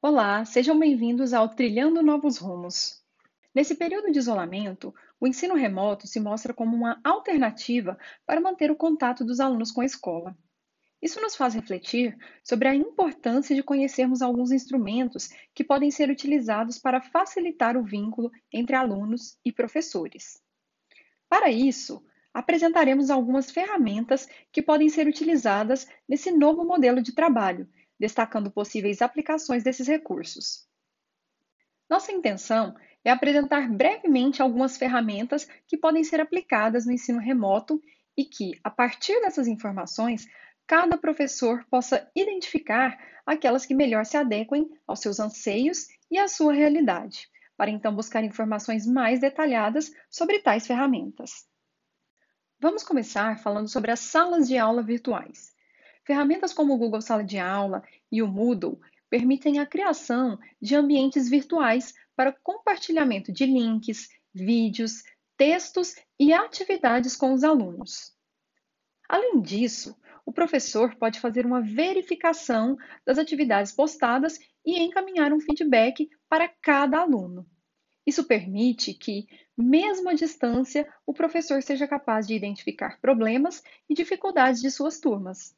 Olá, sejam bem-vindos ao Trilhando Novos Rumos. Nesse período de isolamento, o ensino remoto se mostra como uma alternativa para manter o contato dos alunos com a escola. Isso nos faz refletir sobre a importância de conhecermos alguns instrumentos que podem ser utilizados para facilitar o vínculo entre alunos e professores. Para isso, apresentaremos algumas ferramentas que podem ser utilizadas nesse novo modelo de trabalho, destacando possíveis aplicações desses recursos. Nossa intenção é apresentar brevemente algumas ferramentas que podem ser aplicadas no ensino remoto e que, a partir dessas informações, cada professor possa identificar aquelas que melhor se adequem aos seus anseios e à sua realidade, para então buscar informações mais detalhadas sobre tais ferramentas. Vamos começar falando sobre as salas de aula virtuais. Ferramentas como o Google Sala de Aula e o Moodle permitem a criação de ambientes virtuais para compartilhamento de links, vídeos, textos e atividades com os alunos. Além disso, o professor pode fazer uma verificação das atividades postadas e encaminhar um feedback para cada aluno. Isso permite que, mesmo à distância, o professor seja capaz de identificar problemas e dificuldades de suas turmas.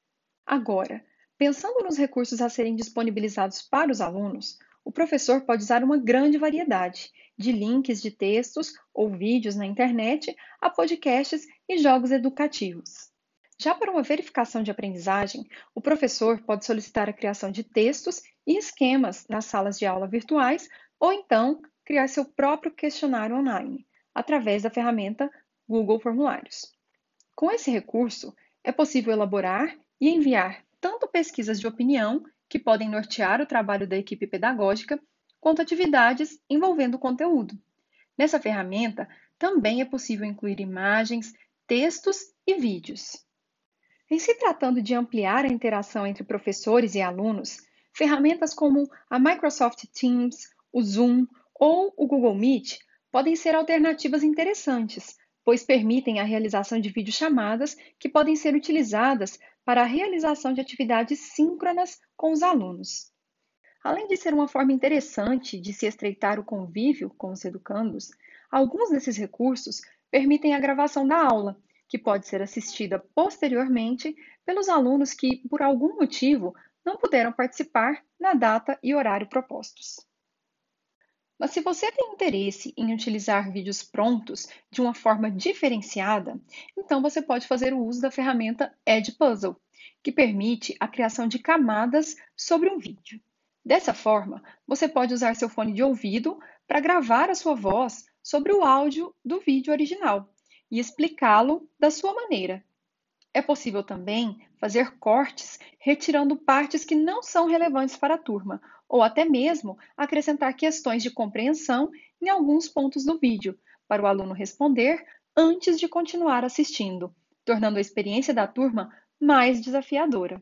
Agora, pensando nos recursos a serem disponibilizados para os alunos, o professor pode usar uma grande variedade de links de textos ou vídeos na internet a podcasts e jogos educativos. Já para uma verificação de aprendizagem, o professor pode solicitar a criação de textos e esquemas nas salas de aula virtuais ou então criar seu próprio questionário online, através da ferramenta Google Formulários. Com esse recurso, é possível elaborar e enviar tanto pesquisas de opinião, que podem nortear o trabalho da equipe pedagógica, quanto atividades envolvendo o conteúdo. Nessa ferramenta, também é possível incluir imagens, textos e vídeos. Em se tratando de ampliar a interação entre professores e alunos, ferramentas como a Microsoft Teams, o Zoom ou o Google Meet podem ser alternativas interessantes, pois permitem a realização de videochamadas que podem ser utilizadas para a realização de atividades síncronas com os alunos. Além de ser uma forma interessante de se estreitar o convívio com os educandos, alguns desses recursos permitem a gravação da aula, que pode ser assistida posteriormente pelos alunos que, por algum motivo, não puderam participar na data e horário propostos. Mas se você tem interesse em utilizar vídeos prontos de uma forma diferenciada, então você pode fazer o uso da ferramenta Edpuzzle, que permite a criação de camadas sobre um vídeo. Dessa forma, você pode usar seu fone de ouvido para gravar a sua voz sobre o áudio do vídeo original e explicá-lo da sua maneira. É possível também fazer cortes retirando partes que não são relevantes para a turma, ou até mesmo acrescentar questões de compreensão em alguns pontos do vídeo, para o aluno responder antes de continuar assistindo, tornando a experiência da turma mais desafiadora.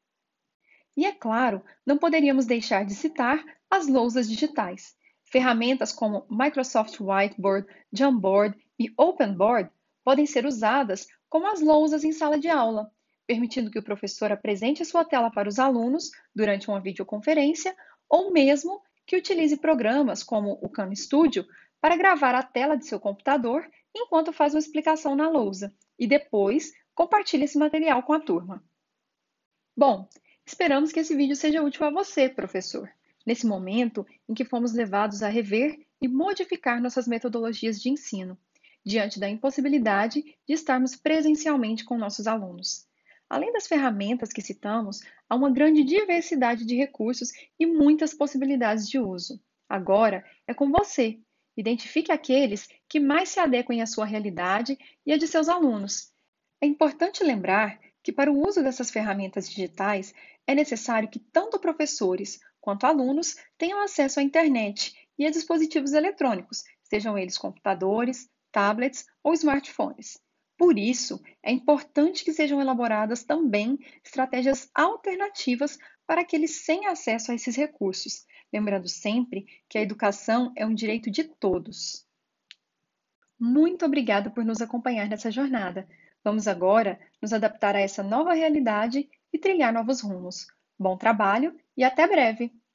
E é claro, não poderíamos deixar de citar as lousas digitais. Ferramentas como Microsoft Whiteboard, Jamboard e OpenBoard podem ser usadas como as lousas em sala de aula, permitindo que o professor apresente sua tela para os alunos durante uma videoconferência ou mesmo que utilize programas como o Khan Studio para gravar a tela de seu computador enquanto faz uma explicação na lousa e depois compartilha esse material com a turma. Bom, esperamos que esse vídeo seja útil a você, professor, nesse momento em que fomos levados a rever e modificar nossas metodologias de ensino, diante da impossibilidade de estarmos presencialmente com nossos alunos. Além das ferramentas que citamos, há uma grande diversidade de recursos e muitas possibilidades de uso. Agora é com você. Identifique aqueles que mais se adequem à sua realidade e à de seus alunos. É importante lembrar que, para o uso dessas ferramentas digitais, é necessário que tanto professores quanto alunos tenham acesso à internet e a dispositivos eletrônicos, sejam eles computadores, tablets ou smartphones. Por isso, é importante que sejam elaboradas também estratégias alternativas para aqueles sem acesso a esses recursos, lembrando sempre que a educação é um direito de todos. Muito obrigada por nos acompanhar nessa jornada. Vamos agora nos adaptar a essa nova realidade e trilhar novos rumos. Bom trabalho e até breve!